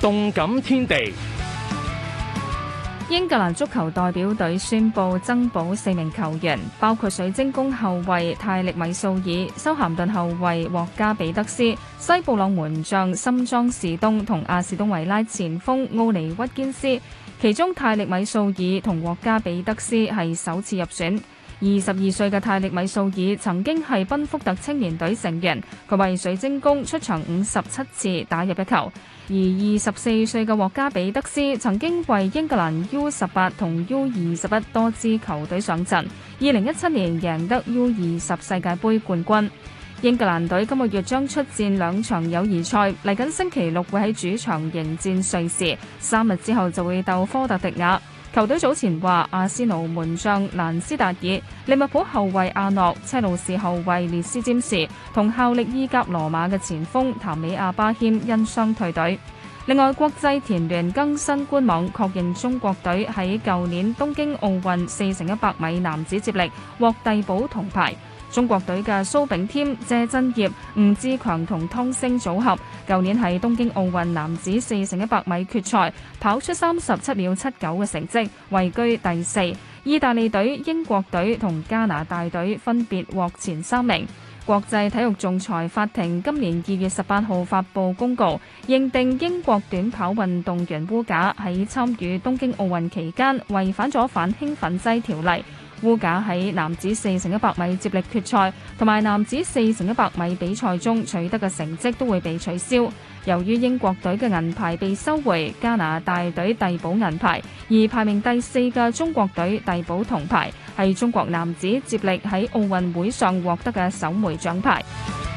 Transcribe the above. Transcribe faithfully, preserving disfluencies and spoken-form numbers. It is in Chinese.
動感天地。 英格蘭足球代表隊宣布增補四名球員，包括水晶宮後衛泰力米素爾、修咸頓後衛獲加比德斯、西布朗門將森莊士東同阿士東維拉前鋒奧尼屈堅斯。其中泰力米素爾同獲加比德斯係首次入選。二十二歲嘅泰力米素爾曾經係賓福特青年隊成員，佢為水晶宮出場五十七次，打入一球。而二十四歲嘅獲加比德斯曾經為英格蘭 U 十八同 U 二十一多支球隊上陣，二零一七年贏得 U 二十世界盃冠軍。英格蘭隊今個月將出戰兩場友誼賽，嚟緊星期六會喺主場迎戰瑞士，三日之後就會鬥科特迪瓦。球隊早前話，阿仙奴門將蘭斯達爾、利物浦後衛阿諾、車路士後衛列斯占士同效力意甲羅馬嘅前鋒譚美亞巴謙因傷退隊。另外，國際田聯更新官網，確認中國隊喺舊年東京奧運四乘一百米男子接力獲遞補銅牌。中國隊嘅蘇炳添、謝震業、吳志強同湯星組合，舊年喺東京奧運男子四乘一百米決賽跑出三十七秒七九嘅成績，位居第四。意大利隊、英國隊同加拿大隊分別獲前三名。國際體育仲裁法庭今年二月十八號發布公告，認定英國短跑運動員烏賈喺參與東京奧運期間違反咗反興奮劑條例。烏賈喺男子四乘一百米接力決賽同埋男子四乘一百米比賽中取得嘅成績都會被取消。由於英國隊嘅銀牌被收回，加拿大隊遞補銀牌，而排名第四嘅中國隊遞補銅牌，係中國男子接力喺奧運會上獲得嘅首枚獎牌。